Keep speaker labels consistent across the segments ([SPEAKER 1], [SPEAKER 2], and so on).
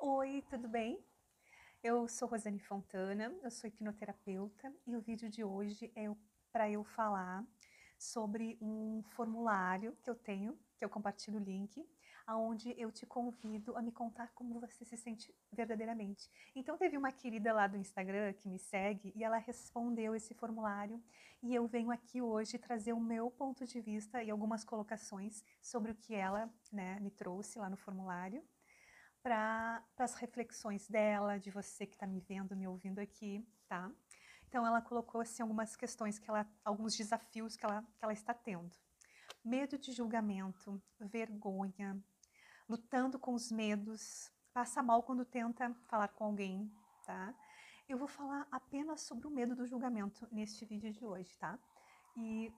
[SPEAKER 1] Oi, tudo bem? Eu sou Rosane Fontana, eu sou hipnoterapeuta e o vídeo de hoje é para eu falar sobre um formulário que eu tenho, que eu compartilho o link, aonde eu te convido a me contar como você se sente verdadeiramente. Então teve uma querida lá do Instagram que me segue e ela respondeu esse formulário e eu venho aqui hoje trazer o meu ponto de vista e algumas colocações sobre o que ela, me trouxe lá no formulário para as reflexões dela, de você que está me vendo, me ouvindo aqui, tá? Então ela colocou assim algumas questões alguns desafios que ela está tendo. Medo de julgamento, vergonha, lutando com os medos, passa mal quando tenta falar com alguém, tá? Eu vou falar apenas sobre o medo do julgamento neste vídeo de hoje, tá? E,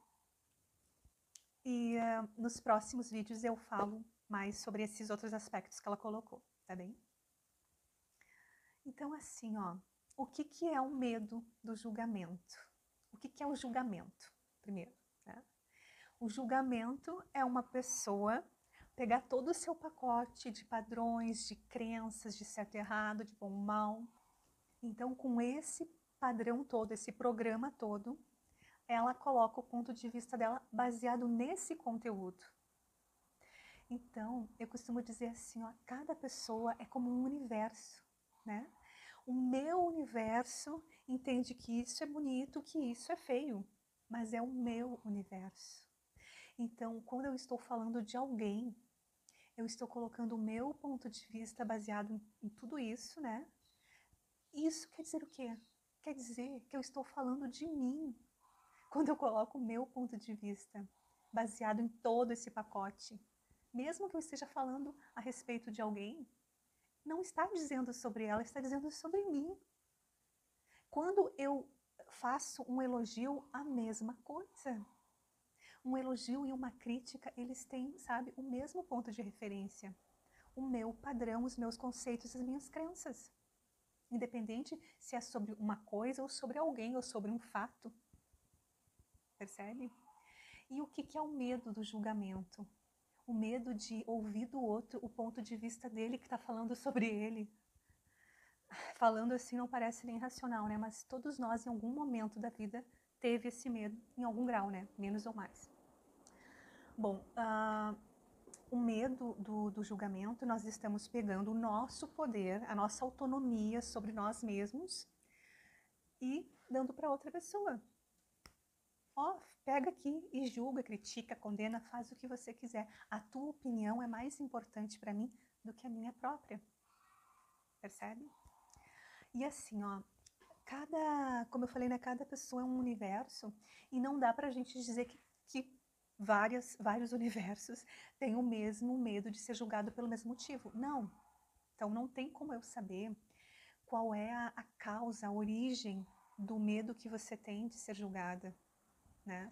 [SPEAKER 1] nos próximos vídeos eu falo mais sobre esses outros aspectos que ela colocou, tá bem? Então, assim, ó, o que, que é o medo do julgamento? O que, que é o julgamento, primeiro? Né? O julgamento é uma pessoa pegar todo o seu pacote de padrões, de crenças, de certo e errado, de bom e mal. Então, com esse padrão todo, esse programa todo, ela coloca o ponto de vista dela baseado nesse conteúdo. Então, eu costumo dizer assim, ó, cada pessoa é como um universo, né? O meu universo entende que isso é bonito, que isso é feio, mas é o meu universo. Então, quando eu estou falando de alguém, eu estou colocando o meu ponto de vista baseado em tudo isso, né? Isso quer dizer o quê? Quer dizer que eu estou falando de mim, quando eu coloco o meu ponto de vista baseado em todo esse pacote. Mesmo que eu esteja falando a respeito de alguém, não está dizendo sobre ela, está dizendo sobre mim. Quando eu faço um elogio, a mesma coisa. Um elogio e uma crítica, eles têm, sabe, o mesmo ponto de referência. O meu padrão, os meus conceitos, as minhas crenças. Independente se é sobre uma coisa ou sobre alguém ou sobre um fato. Percebe? E o que é o medo do julgamento? O medo de ouvir do outro o ponto de vista dele que está falando sobre ele. Falando assim não parece nem racional, né? Mas todos nós, em algum momento da vida, teve esse medo, em algum grau, né? Menos ou mais. Bom, o medo do julgamento, nós estamos pegando o nosso poder, a nossa autonomia sobre nós mesmos e dando para outra pessoa. Ó, pega aqui e julga, critica, condena, faz o que você quiser. A tua opinião é mais importante para mim do que a minha própria. Percebe? E assim, ó, como eu falei, né, cada pessoa é um universo e não dá pra gente dizer que vários universos têm o mesmo medo de ser julgado pelo mesmo motivo. Não. Então não tem como eu saber qual é a causa, a origem do medo que você tem de ser julgada, né?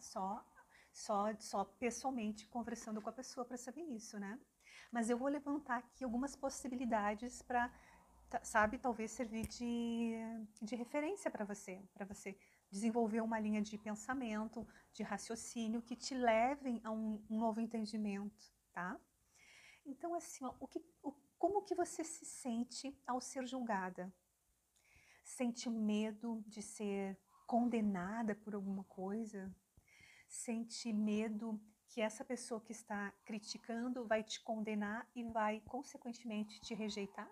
[SPEAKER 1] Só pessoalmente conversando com a pessoa para saber isso, né? Mas eu vou levantar aqui algumas possibilidades para, sabe, talvez servir de referência para você desenvolver uma linha de pensamento, de raciocínio que te levem a um novo entendimento, tá? Então, assim, ó, como que você se sente ao ser julgada? Sente medo de ser condenada por alguma coisa? Sente medo que essa pessoa que está criticando vai te condenar e vai, consequentemente, te rejeitar?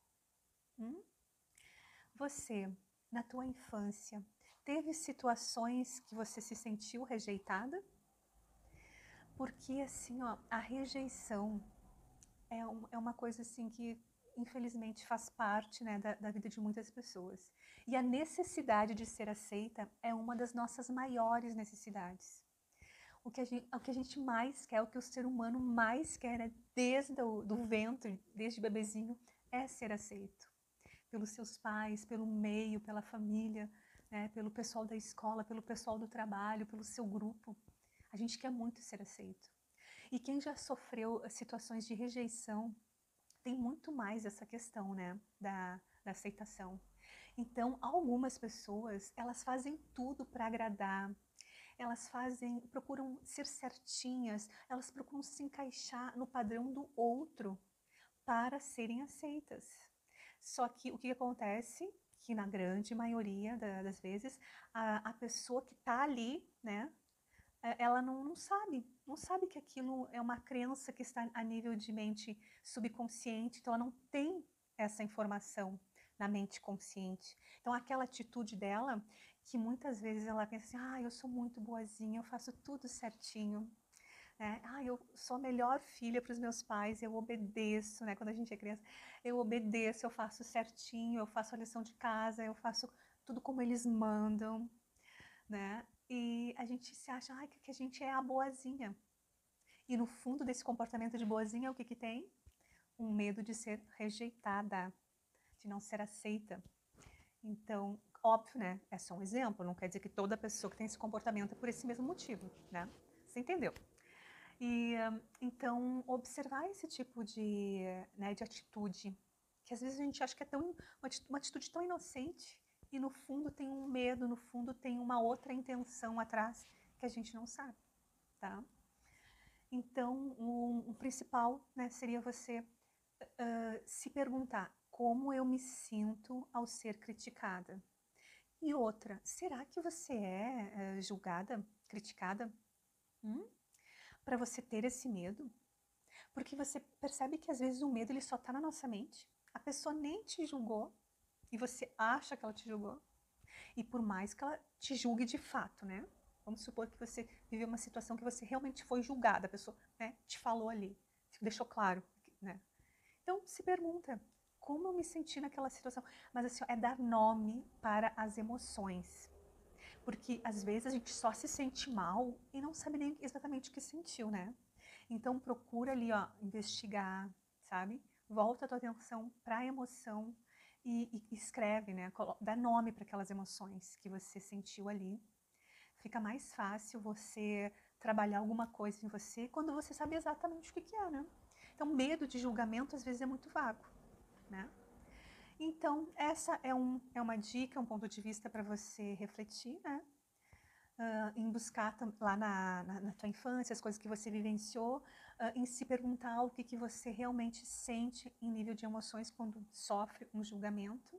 [SPEAKER 1] Você, na tua infância, teve situações que você se sentiu rejeitada? Porque, assim, ó, a rejeição é uma coisa, assim, que infelizmente faz parte, né, da vida de muitas pessoas. E a necessidade de ser aceita é uma das nossas maiores necessidades. O que a gente mais quer, o que o ser humano mais quer, né, desde do ventre, desde bebezinho, é ser aceito pelos seus pais, pelo meio, pela família, né, pelo pessoal da escola, pelo pessoal do trabalho, pelo seu grupo. A gente quer muito ser aceito. E quem já sofreu situações de rejeição tem muito mais essa questão, né, da aceitação. Então, algumas pessoas, elas fazem tudo para agradar, elas procuram ser certinhas, elas procuram se encaixar no padrão do outro para serem aceitas. Só que o que acontece, que na grande maioria das vezes, a pessoa que está ali, né, ela não sabe que aquilo é uma crença que está a nível de mente subconsciente, então ela não tem essa informação na mente consciente. Então aquela atitude dela, que muitas vezes ela pensa assim, eu sou muito boazinha, eu faço tudo certinho, né? Eu sou a melhor filha para os meus pais, eu obedeço, né? Quando a gente é criança, eu obedeço, eu faço certinho, eu faço a lição de casa, eu faço tudo como eles mandam, né? E a gente se acha que a gente é a boazinha. E no fundo desse comportamento de boazinha, o que que tem? Um medo de ser rejeitada, de não ser aceita. Então, óbvio, né? É só um exemplo, não quer dizer que toda pessoa que tem esse comportamento é por esse mesmo motivo, né? Você entendeu? E então, observar esse tipo de atitude, que às vezes a gente acha que é uma atitude tão inocente, e no fundo tem um medo, no fundo tem uma outra intenção atrás que a gente não sabe, tá? Então, o principal, né, seria você se perguntar como eu me sinto ao ser criticada. E outra, será que você é julgada, criticada? Para você ter esse medo? Porque você percebe que às vezes o medo ele só está na nossa mente. A pessoa nem te julgou e você acha que ela te julgou. E por mais que ela te julgue de fato, né? Vamos supor que você viveu uma situação que você realmente foi julgada, a pessoa, né, te falou ali, deixou claro, né? Então se pergunta, como eu me senti naquela situação? Mas assim, é dar nome para as emoções. Porque às vezes a gente só se sente mal e não sabe nem exatamente o que sentiu, né? Então procura ali, investigar, sabe? Volta a tua atenção para a emoção e escreve, né? Dá nome para aquelas emoções que você sentiu ali. Fica mais fácil você trabalhar alguma coisa em você quando você sabe exatamente o que é, né? Então, medo de julgamento às vezes é muito vago, né? Então, essa é uma dica, um ponto de vista para você refletir, né? Em buscar lá na tua infância, as coisas que você vivenciou, em se perguntar o que você realmente sente em nível de emoções quando sofre um julgamento.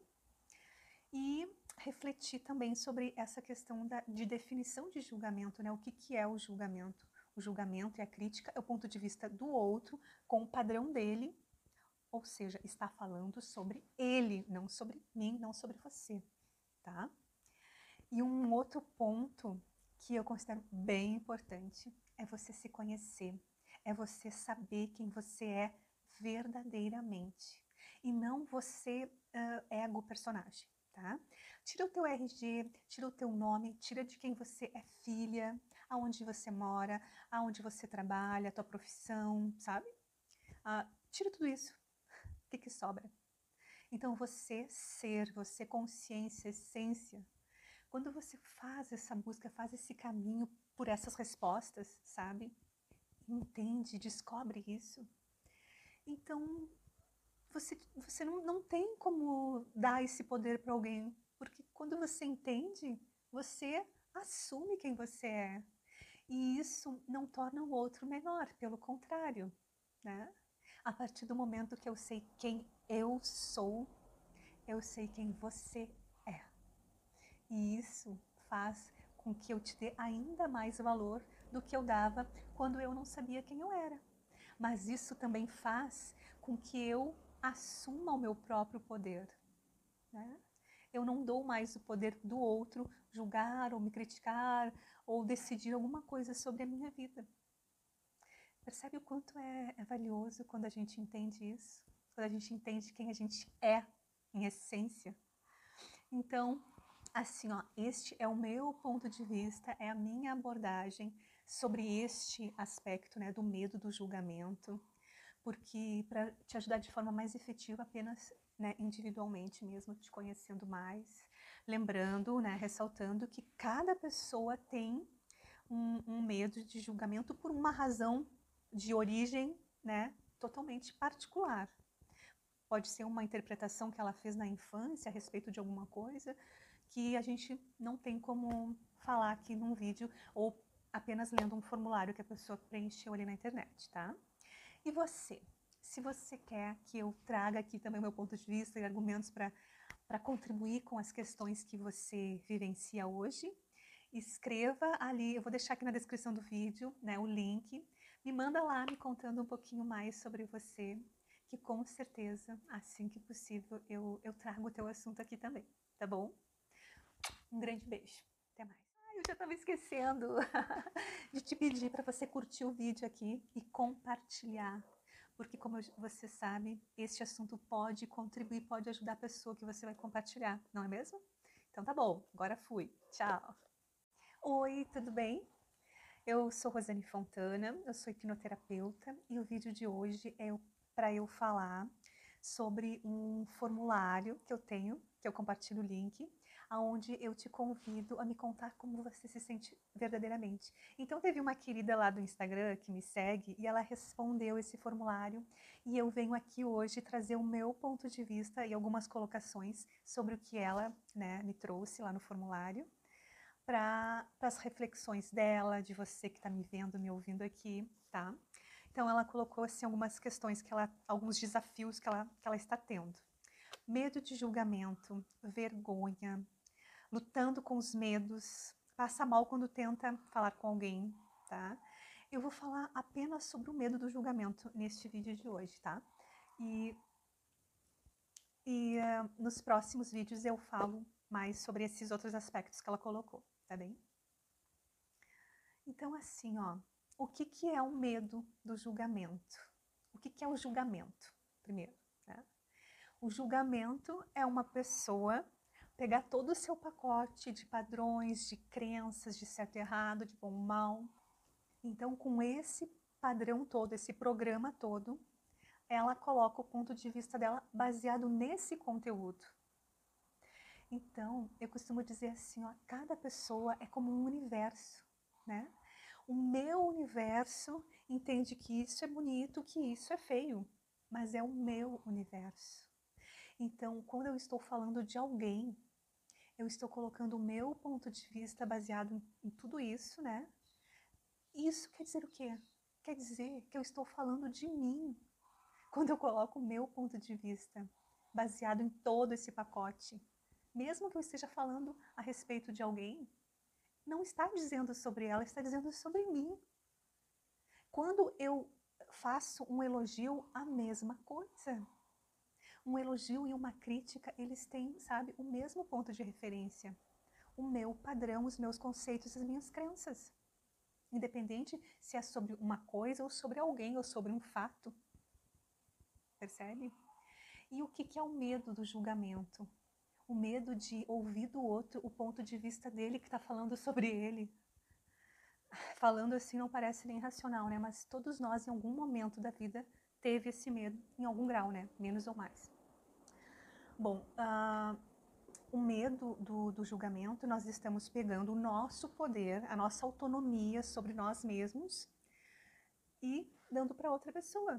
[SPEAKER 1] E refletir também sobre essa questão de definição de julgamento, né? O que é o julgamento? O julgamento e a crítica é o ponto de vista do outro com o padrão dele, ou seja, está falando sobre ele, não sobre mim, não sobre você, tá? E um outro ponto que eu considero bem importante é você se conhecer, é você saber quem você é verdadeiramente e não você ego personagem, tá? Tira o teu RG, tira o teu nome, tira de quem você é filha, aonde você mora, aonde você trabalha, a tua profissão, sabe? Tira tudo isso. O que sobra? Então você ser, você consciência, essência, quando você faz essa busca, faz esse caminho por essas respostas, sabe? Entende, descobre isso. Então, você não tem como dar esse poder para alguém, porque quando você entende, você assume quem você é. E isso não torna o outro menor, pelo contrário, né? A partir do momento que eu sei quem eu sou, eu sei quem você é. E isso faz com que eu te dê ainda mais valor do que eu dava quando eu não sabia quem eu era. Mas isso também faz com que eu assuma o meu próprio poder, né? Eu não dou mais o poder do outro julgar ou me criticar ou decidir alguma coisa sobre a minha vida. Percebe o quanto é valioso quando a gente entende isso? Quando a gente entende quem a gente é, em essência? Então, assim, este é o meu ponto de vista, é a minha abordagem sobre este aspecto, né, do medo do julgamento, porque para te ajudar de forma mais efetiva, apenas, né, individualmente mesmo, te conhecendo mais, lembrando, né, ressaltando que cada pessoa tem um medo de julgamento por uma razão de origem, né, totalmente particular. Pode ser uma interpretação que ela fez na infância a respeito de alguma coisa que a gente não tem como falar aqui num vídeo ou apenas lendo um formulário que a pessoa preencheu ali na internet, tá? E você? Se você quer que eu traga aqui também o meu ponto de vista e argumentos para contribuir com as questões que você vivencia hoje, escreva ali, eu vou deixar aqui na descrição do vídeo, né, o link. Me manda lá me contando um pouquinho mais sobre você, que com certeza, assim que possível, eu trago o teu assunto aqui também, tá bom? Um grande beijo. Até mais. Ai, eu já estava esquecendo de te pedir para você curtir o vídeo aqui e compartilhar. Porque, como você sabe, este assunto pode contribuir, pode ajudar a pessoa que você vai compartilhar, não é mesmo? Então tá bom, agora fui. Tchau. Oi, tudo bem? Eu sou Rosane Fontana, eu sou hipnoterapeuta e o vídeo de hoje é para eu falar sobre um formulário que eu tenho, que eu compartilho o link, onde eu te convido a me contar como você se sente verdadeiramente. Então teve uma querida lá do Instagram que me segue e ela respondeu esse formulário e eu venho aqui hoje trazer o meu ponto de vista e algumas colocações sobre o que ela, né, me trouxe lá no formulário para as reflexões dela, de você que está me vendo, me ouvindo aqui, tá? Então ela colocou assim algumas questões alguns desafios que ela está tendo. Medo de julgamento, vergonha, lutando com os medos, passa mal quando tenta falar com alguém, tá? Eu vou falar apenas sobre o medo do julgamento neste vídeo de hoje, tá? Nos próximos vídeos eu falo mais sobre esses outros aspectos que ela colocou, tá bem? Então, assim, ó, o que é o medo do julgamento? O que é o julgamento, primeiro, né? O julgamento é uma pessoa pegar todo o seu pacote de padrões, de crenças, de certo e errado, de bom e mal. Então, com esse padrão todo, esse programa todo, ela coloca o ponto de vista dela baseado nesse conteúdo. Então, eu costumo dizer assim, ó, cada pessoa é como um universo, né? O meu universo entende que isso é bonito, que isso é feio, mas é o meu universo. Então, quando eu estou falando de alguém, eu estou colocando o meu ponto de vista baseado em tudo isso, né? Isso quer dizer o quê? Quer dizer que eu estou falando de mim, quando eu coloco o meu ponto de vista baseado em todo esse pacote. Mesmo que eu esteja falando a respeito de alguém, não está dizendo sobre ela, está dizendo sobre mim. Quando eu faço um elogio, a mesma coisa. Um elogio e uma crítica, eles têm, sabe, o mesmo ponto de referência. O meu padrão, os meus conceitos, as minhas crenças. Independente se é sobre uma coisa ou sobre alguém ou sobre um fato. Percebe? E o que é o medo do julgamento? O medo de ouvir do outro o ponto de vista dele que está falando sobre ele. Falando assim não parece nem racional, né? Mas todos nós, em algum momento da vida, teve esse medo, em algum grau, né? Menos ou mais. Bom, o medo do julgamento, nós estamos pegando o nosso poder, a nossa autonomia sobre nós mesmos e dando para outra pessoa.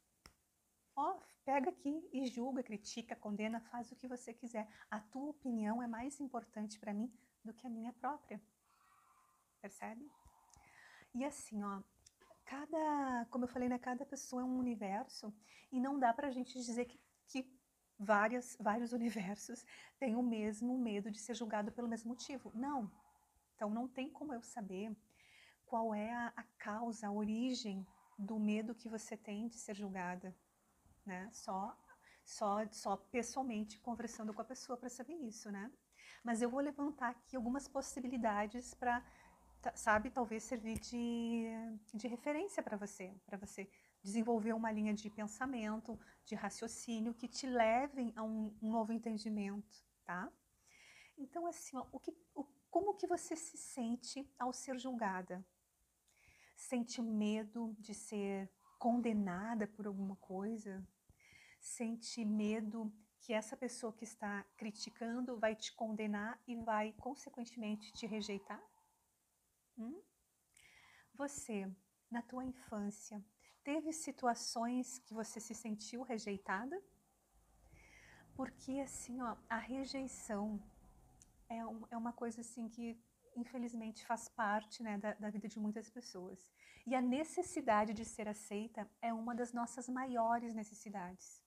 [SPEAKER 1] Ó, pega aqui e julga, critica, condena, faz o que você quiser. A tua opinião é mais importante para mim do que a minha própria. Percebe? E assim, ó, como eu falei, né, cada pessoa é um universo e não dá pra gente dizer que vários universos têm o mesmo medo de ser julgado pelo mesmo motivo. Não. Então não tem como eu saber qual é a causa, a origem do medo que você tem de ser julgada, né? Só pessoalmente conversando com a pessoa para saber isso, né? Mas eu vou levantar aqui algumas possibilidades para, sabe, talvez servir de referência para você desenvolver uma linha de pensamento, de raciocínio que te levem a um novo entendimento, tá? Então, assim, ó, como que você se sente ao ser julgada? Sente medo de ser condenada por alguma coisa? Sente medo que essa pessoa que está criticando vai te condenar e vai, consequentemente, te rejeitar? Você, na tua infância, teve situações que você se sentiu rejeitada? Porque, assim, ó, a rejeição é uma coisa, assim, que infelizmente, faz parte, né, da vida de muitas pessoas. E a necessidade de ser aceita é uma das nossas maiores necessidades.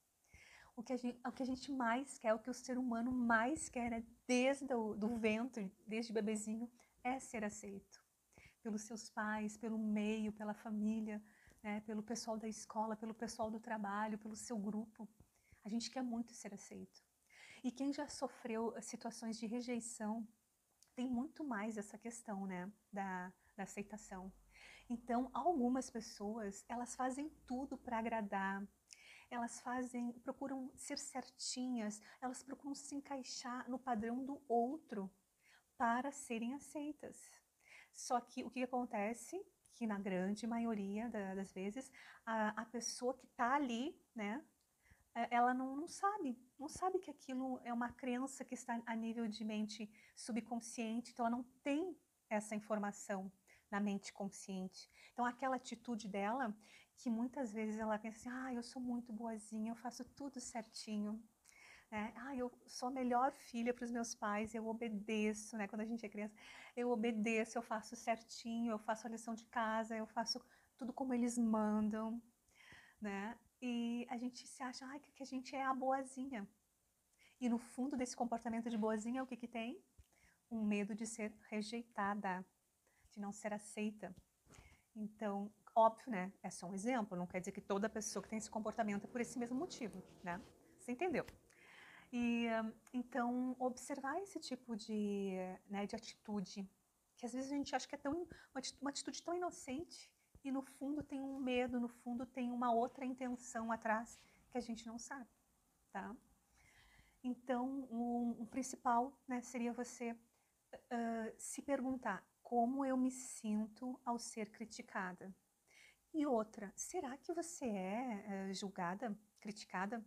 [SPEAKER 1] O que a gente mais quer, o que o ser humano mais quer, né, desde o do ventre, desde bebezinho, é ser aceito. Pelos seus pais, pelo meio, pela família, né, pelo pessoal da escola, pelo pessoal do trabalho, pelo seu grupo. A gente quer muito ser aceito. E quem já sofreu situações de rejeição tem muito mais essa questão, né, da aceitação. Então, algumas pessoas, elas fazem tudo para agradar, elas procuram ser certinhas, elas procuram se encaixar no padrão do outro para serem aceitas. Só que o que acontece, que na grande maioria das vezes, a pessoa que está ali, né, ela não sabe que aquilo é uma crença que está a nível de mente subconsciente, então ela não tem essa informação na mente consciente. Então aquela atitude dela, que muitas vezes ela pensa assim, eu sou muito boazinha, eu faço tudo certinho, né? Eu sou a melhor filha para os meus pais, eu obedeço, né? Quando a gente é criança, eu obedeço, eu faço certinho, eu faço a lição de casa, eu faço tudo como eles mandam, né? E a gente se acha que a gente é a boazinha. E no fundo desse comportamento de boazinha, o que que tem? Um medo de ser rejeitada, de não ser aceita. Então, óbvio, né? É só um exemplo, não quer dizer que toda pessoa que tem esse comportamento é por esse mesmo motivo, né? Você entendeu? E então, observar esse tipo né, de atitude, que às vezes a gente acha que é uma atitude tão inocente, e no fundo tem um medo, no fundo tem uma outra intenção atrás que a gente não sabe, tá? Então, o principal, né, seria você se perguntar como eu me sinto ao ser criticada. E outra, será que você é julgada, criticada?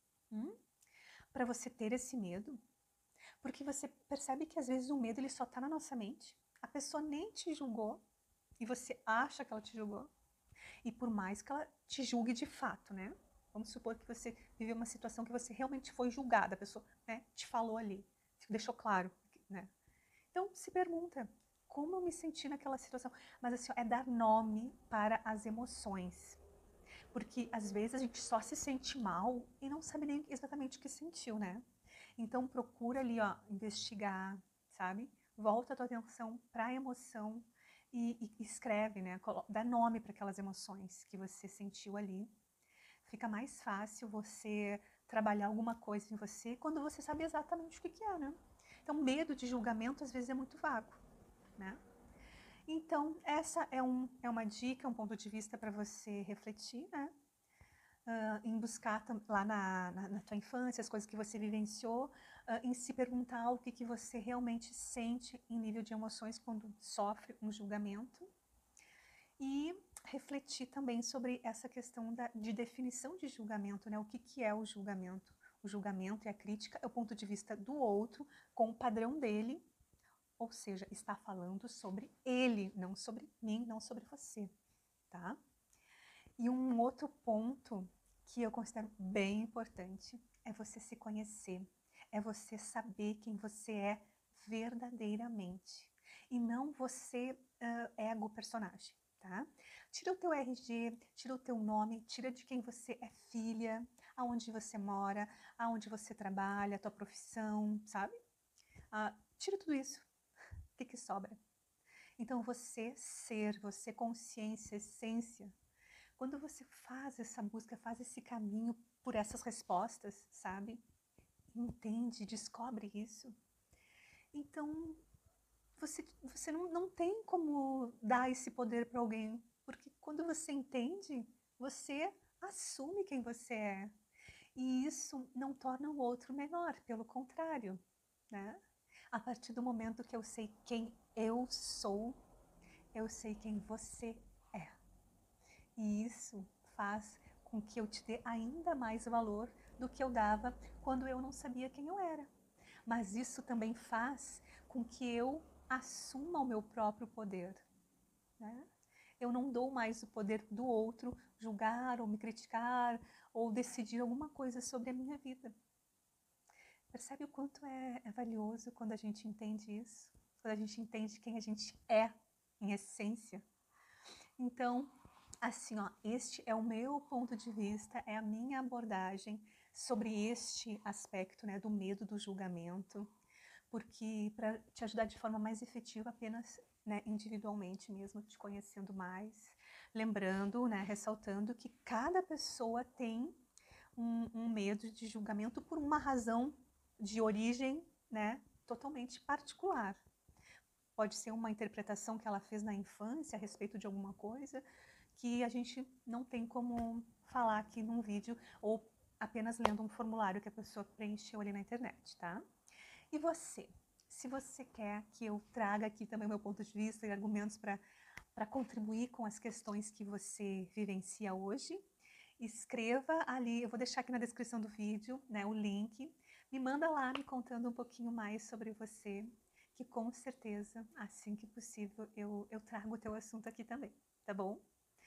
[SPEAKER 1] Para você ter esse medo? Porque você percebe que às vezes o medo ele só está na nossa mente. A pessoa nem te julgou e você acha que ela te julgou. E por mais que ela te julgue de fato, né? Vamos supor que você viveu uma situação que você realmente foi julgada, a pessoa, né, te falou ali, deixou claro, né? Então se pergunta, como eu me senti naquela situação? Mas assim, é dar nome para as emoções. Porque às vezes a gente só se sente mal e não sabe nem exatamente o que sentiu, né? Então procura ali, ó, investigar, sabe? Volta a tua atenção para a emoção e escreve, né? Dá nome para aquelas emoções que você sentiu ali. Fica mais fácil você trabalhar alguma coisa em você quando você sabe exatamente o que é, né? Então, medo de julgamento às vezes é muito vago, né? Então, essa é uma dica, um ponto de vista para você refletir, né? Em buscar lá na tua infância, as coisas que você vivenciou, em se perguntar o que você realmente sente em nível de emoções quando sofre um julgamento. E refletir também sobre essa questão de definição de julgamento, né? O que é o julgamento? O julgamento e a crítica é o ponto de vista do outro com o padrão dele, ou seja, está falando sobre ele, não sobre mim, não sobre você, tá? E um outro ponto que eu considero bem importante é você se conhecer, é você saber quem você é verdadeiramente e não você ego personagem, tá? Tira o teu RG, tira o teu nome, tira de quem você é filha, aonde você mora, aonde você trabalha, a tua profissão, sabe? Tira tudo isso. O que sobra? Então você ser, você consciência, essência, quando você faz essa busca, faz esse caminho por essas respostas, sabe? Entende, descobre isso. Então, você não tem como dar esse poder para alguém, porque quando você entende, você assume quem você é. E isso não torna o outro menor, pelo contrário, né? A partir do momento que eu sei quem eu sou, eu sei quem você é. E isso faz com que eu te dê ainda mais valor do que eu dava quando eu não sabia quem eu era. Mas isso também faz com que eu assuma o meu próprio poder, né? Eu não dou mais o poder do outro julgar ou me criticar ou decidir alguma coisa sobre a minha vida. Percebe o quanto é valioso quando a gente entende isso? quando a gente entende quem a gente é em essência. Então, assim, ó, este é o meu ponto de vista, é a minha abordagem sobre este aspecto, né, do medo do julgamento, porque para te ajudar de forma mais efetiva, apenas, né, individualmente mesmo, te conhecendo mais, lembrando, né, ressaltando que cada pessoa tem um medo de julgamento por uma razão de origem, né, totalmente particular. Pode ser uma interpretação que ela fez na infância a respeito de alguma coisa que a gente não tem como falar aqui num vídeo ou apenas lendo um formulário que a pessoa preencheu ali na internet, tá? E você? Se você quer que eu traga aqui também o meu ponto de vista e argumentos para contribuir com as questões que você vivencia hoje, escreva ali, eu vou deixar aqui na descrição do vídeo, né, o link. Me manda lá me contando um pouquinho mais sobre você, que com certeza, assim que possível, eu trago o teu assunto aqui também, tá bom?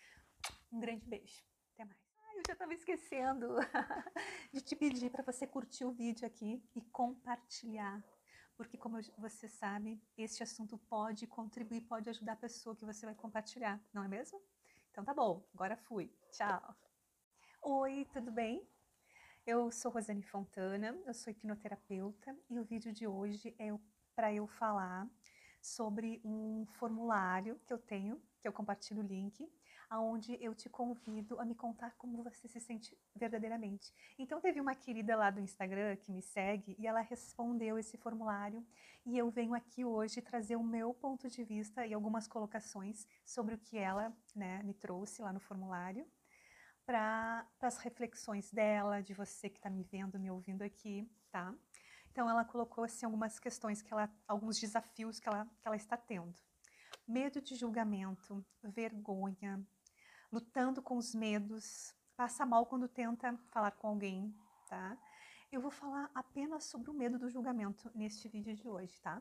[SPEAKER 1] Um grande beijo. Até mais. Ai, eu já estava esquecendo de te pedir para você curtir o vídeo aqui e compartilhar. Porque, como você sabe, este assunto pode contribuir, pode ajudar a pessoa que você vai compartilhar, não é mesmo? Então tá bom, agora fui. Tchau. Oi, tudo bem? Eu sou Rosane Fontana, eu sou hipnoterapeuta e o vídeo de hoje é para eu falar sobre um formulário que eu tenho, que eu compartilho o link, onde eu te convido a me contar como você se sente verdadeiramente. Então teve uma querida lá do Instagram que me segue e ela respondeu esse formulário e eu venho aqui hoje trazer o meu ponto de vista e algumas colocações sobre o que ela, né, me trouxe lá no formulário para as reflexões dela, de você que está me vendo, me ouvindo aqui, tá? Então ela colocou assim algumas questões alguns desafios que ela está tendo. Medo de julgamento, vergonha, lutando com os medos, passa mal quando tenta falar com alguém, tá? Eu vou falar apenas sobre o medo do julgamento neste vídeo de hoje, tá?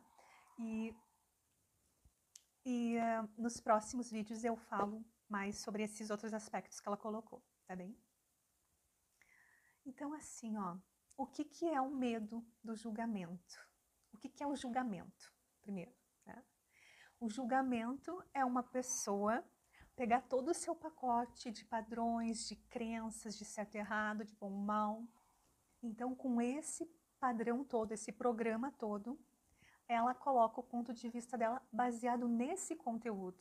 [SPEAKER 1] Nos próximos vídeos eu falo mais sobre esses outros aspectos que ela colocou, tá bem? Então, assim, ó, o que é o medo do julgamento? O que é o julgamento, primeiro, né? O julgamento é uma pessoa pegar todo o seu pacote de padrões, de crenças, de certo e errado, de bom e mal. Então, com esse padrão todo, esse programa todo, ela coloca o ponto de vista dela baseado nesse conteúdo.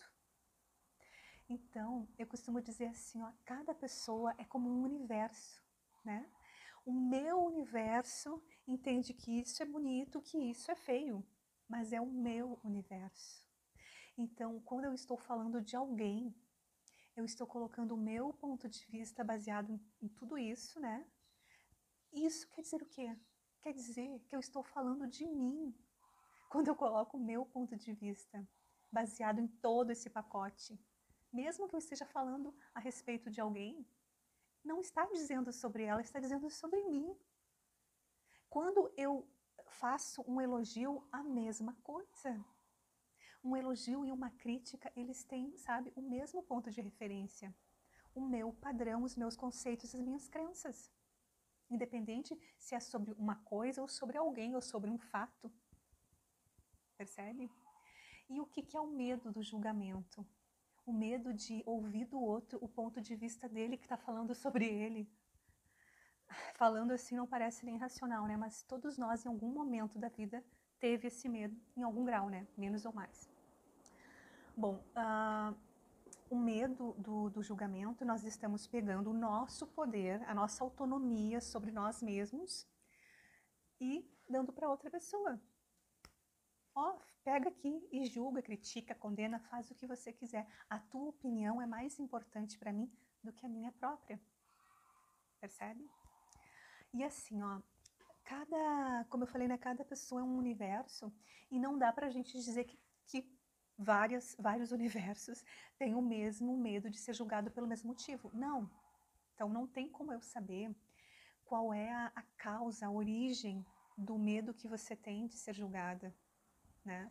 [SPEAKER 1] Então, eu costumo dizer assim, ó, cada pessoa é como um universo, né? O meu universo entende que isso é bonito, que isso é feio, mas é o meu universo. Então, quando eu estou falando de alguém, eu estou colocando o meu ponto de vista baseado em tudo isso, né? Isso quer dizer o quê? Quer dizer que eu estou falando de mim, quando eu coloco o meu ponto de vista baseado em todo esse pacote. Mesmo que eu esteja falando a respeito de alguém, não está dizendo sobre ela, está dizendo sobre mim. Quando eu faço um elogio, a mesma coisa. Um elogio e uma crítica, eles têm, sabe, o mesmo ponto de referência. O meu padrão, os meus conceitos, as minhas crenças. Independente se é sobre uma coisa ou sobre alguém ou sobre um fato. Percebe? E o que é o medo do julgamento? O medo de ouvir do outro o ponto de vista dele que está falando sobre ele. Falando assim não parece nem racional, né? Mas todos nós, em algum momento da vida, teve esse medo, em algum grau, né? Menos ou mais. Bom, o medo do julgamento, nós estamos pegando o nosso poder, a nossa autonomia sobre nós mesmos e dando para outra pessoa. Ó, pega aqui e julga, critica, condena, faz o que você quiser. A tua opinião é mais importante para mim do que a minha própria. Percebe? E assim, ó, como eu falei, né, cada pessoa é um universo e não dá pra gente dizer que vários universos têm o mesmo medo de ser julgado pelo mesmo motivo. Não. Então não tem como eu saber qual é a causa, a origem do medo que você tem de ser julgada, né?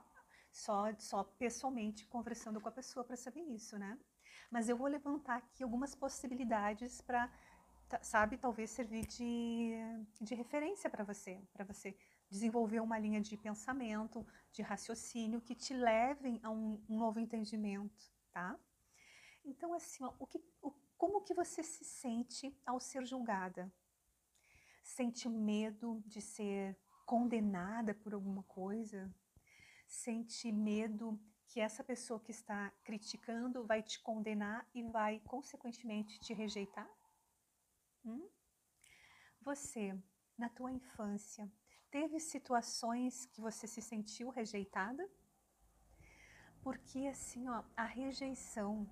[SPEAKER 1] Só pessoalmente conversando com a pessoa para saber isso, né? Mas eu vou levantar aqui algumas possibilidades para sabe, talvez servir de referência para você desenvolver uma linha de pensamento, de raciocínio que te levem a um novo entendimento, tá? Então, assim, ó, como que você se sente ao ser julgada? Sente medo de ser condenada por alguma coisa? Sente medo que essa pessoa que está criticando vai te condenar e vai, consequentemente, te rejeitar? Você, na tua infância, teve situações que você se sentiu rejeitada? Porque, assim, ó, a rejeição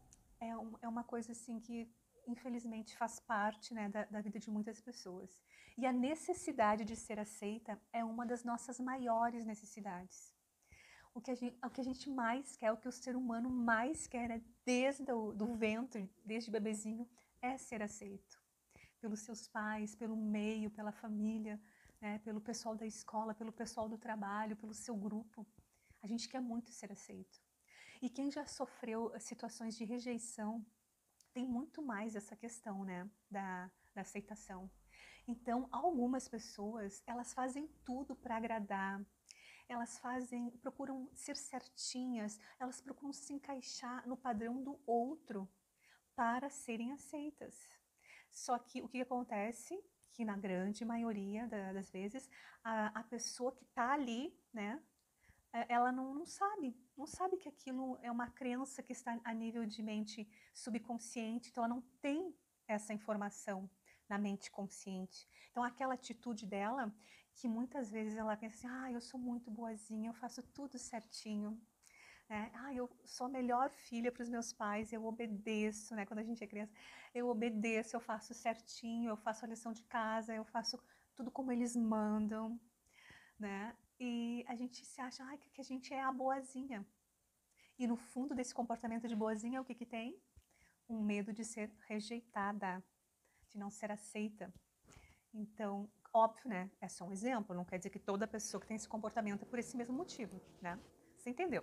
[SPEAKER 1] é uma coisa, assim, que infelizmente faz parte, né, da vida de muitas pessoas. E a necessidade de ser aceita é uma das nossas maiores necessidades. O que a gente mais quer, o que o ser humano mais quer, né, desde do ventre, desde bebezinho, é ser aceito. Pelos seus pais, pelo meio, pela família, né, pelo pessoal da escola, pelo pessoal do trabalho, pelo seu grupo. A gente quer muito ser aceito. E quem já sofreu situações de rejeição tem muito mais essa questão, né, da aceitação. Então, algumas pessoas, elas fazem tudo para agradar, elas procuram ser certinhas, elas procuram se encaixar no padrão do outro para serem aceitas. Só que o que acontece, que na grande maioria das vezes, a pessoa que está ali, né, ela não sabe que aquilo é uma crença que está a nível de mente subconsciente, então ela não tem essa informação na mente consciente. Então aquela atitude dela, que muitas vezes ela pensa assim, eu sou muito boazinha, eu faço tudo certinho, né? Eu sou a melhor filha para os meus pais, eu obedeço, né? Quando a gente é criança, eu obedeço, eu faço certinho, eu faço a lição de casa, eu faço tudo como eles mandam, né? E a gente se acha que a gente é a boazinha. E no fundo desse comportamento de boazinha, o que tem? Um medo de ser rejeitada, de não ser aceita. Então, óbvio, né? É só um exemplo, não quer dizer que toda pessoa que tem esse comportamento é por esse mesmo motivo, né? Você entendeu?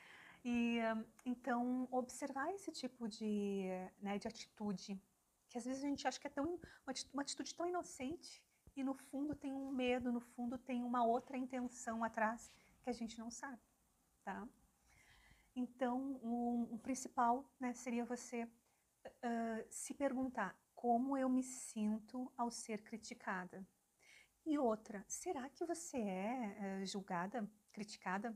[SPEAKER 1] E então, observar esse tipo né, de atitude, que às vezes a gente acha que é uma atitude tão inocente, e no fundo tem um medo, no fundo tem uma outra intenção atrás que a gente não sabe, tá? Então, o principal, né, seria você se perguntar como eu me sinto ao ser criticada. E outra, será que você é julgada, criticada?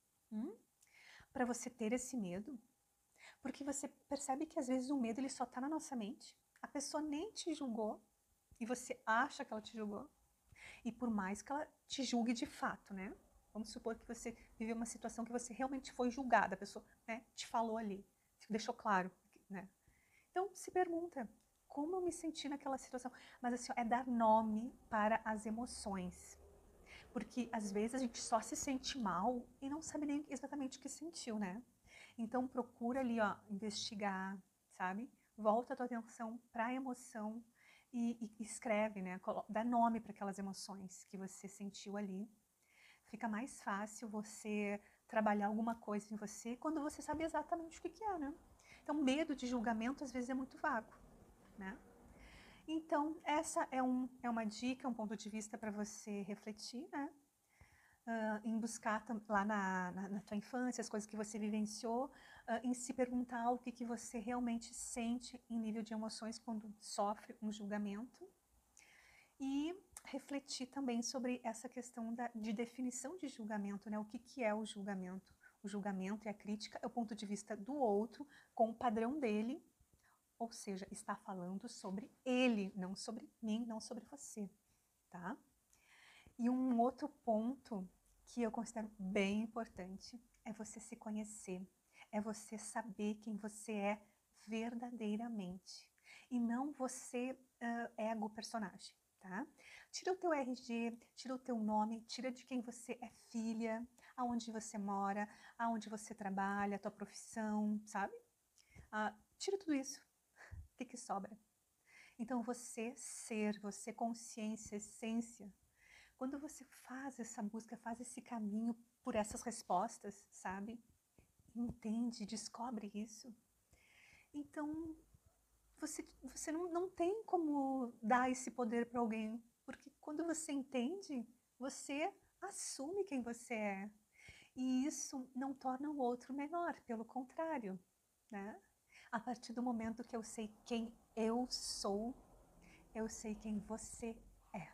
[SPEAKER 1] Para você ter esse medo? Porque você percebe que às vezes o medo ele só está na nossa mente. A pessoa nem te julgou e você acha que ela te julgou. E por mais que ela te julgue de fato, né? Vamos supor que você viveu uma situação que você realmente foi julgada, a pessoa, né, te falou ali, deixou claro, né? Então se pergunta, como eu me senti naquela situação? Mas assim, é dar nome para as emoções. Porque às vezes a gente só se sente mal e não sabe nem exatamente o que sentiu, né? Então procura ali, ó, investigar, sabe? Volta a tua atenção para a emoção e escreve, né? Dá nome para aquelas emoções que você sentiu ali. Fica mais fácil você trabalhar alguma coisa em você quando você sabe exatamente o que é, né? Então, medo de julgamento às vezes é muito vago, né? Então, essa é uma dica, um ponto de vista para você refletir, né? Em buscar lá na tua infância, as coisas que você vivenciou, em se perguntar o que você realmente sente em nível de emoções quando sofre um julgamento. E refletir também sobre essa questão de definição de julgamento, né? O que é o julgamento? O julgamento e a crítica é o ponto de vista do outro com o padrão dele, ou seja, está falando sobre ele, não sobre mim, não sobre você, tá? E um outro ponto que eu considero bem importante é você se conhecer, é você saber quem você é verdadeiramente e não você ego personagem, tá? Tira o teu RG, tira o teu nome, tira de quem você é filha, aonde você mora, aonde você trabalha, a tua profissão, sabe? Tira tudo isso. O que sobra? Então você ser, você consciência, essência, quando você faz essa busca, faz esse caminho por essas respostas, sabe? Entende, descobre isso. Então, você não tem como dar esse poder para alguém, porque quando você entende, você assume quem você é. E isso não torna o outro menor, pelo contrário, né? A partir do momento que eu sei quem eu sou, eu sei quem você é.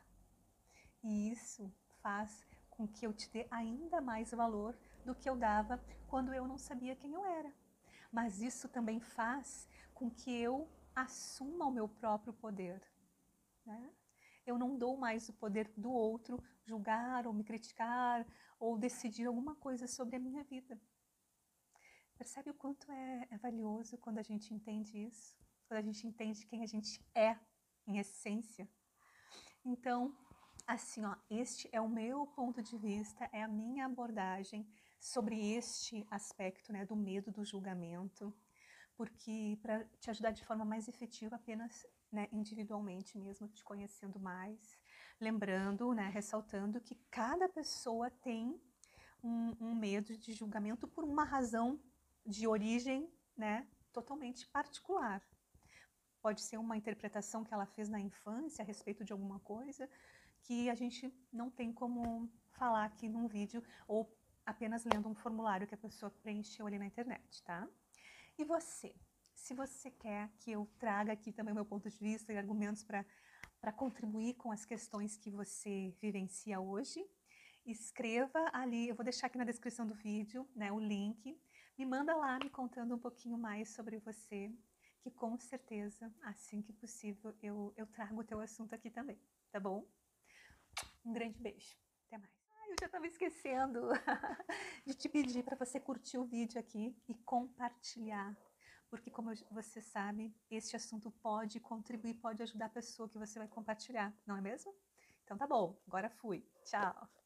[SPEAKER 1] E isso faz com que eu te dê ainda mais valor do que eu dava quando eu não sabia quem eu era. Mas isso também faz com que eu assuma o meu próprio poder, né? Eu não dou mais o poder do outro julgar ou me criticar ou decidir alguma coisa sobre a minha vida. Percebe o quanto é valioso quando a gente entende isso? Quando a gente entende quem a gente é, em essência? Então, assim, ó, este é o meu ponto de vista, é a minha abordagem sobre este aspecto, né, do medo do julgamento, porque para te ajudar de forma mais efetiva, apenas, né, individualmente mesmo, te conhecendo mais, lembrando, né, ressaltando que cada pessoa tem um medo de julgamento por uma razão de origem, né, totalmente particular. Pode ser uma interpretação que ela fez na infância a respeito de alguma coisa que a gente não tem como falar aqui num vídeo ou apenas lendo um formulário que a pessoa preencheu ali na internet, tá? E você? Se você quer que eu traga aqui também o meu ponto de vista e argumentos para contribuir com as questões que você vivencia hoje, escreva ali, eu vou deixar aqui na descrição do vídeo, né, o link. Me manda lá me contando um pouquinho mais sobre você, que com certeza, assim que possível, eu trago o teu assunto aqui também, tá bom? Um grande beijo. Até mais. Ai, eu já estava esquecendo de te pedir para você curtir o vídeo aqui e compartilhar. Porque, como você sabe, este assunto pode contribuir, pode ajudar a pessoa que você vai compartilhar, não é mesmo? Então tá bom, agora fui. Tchau!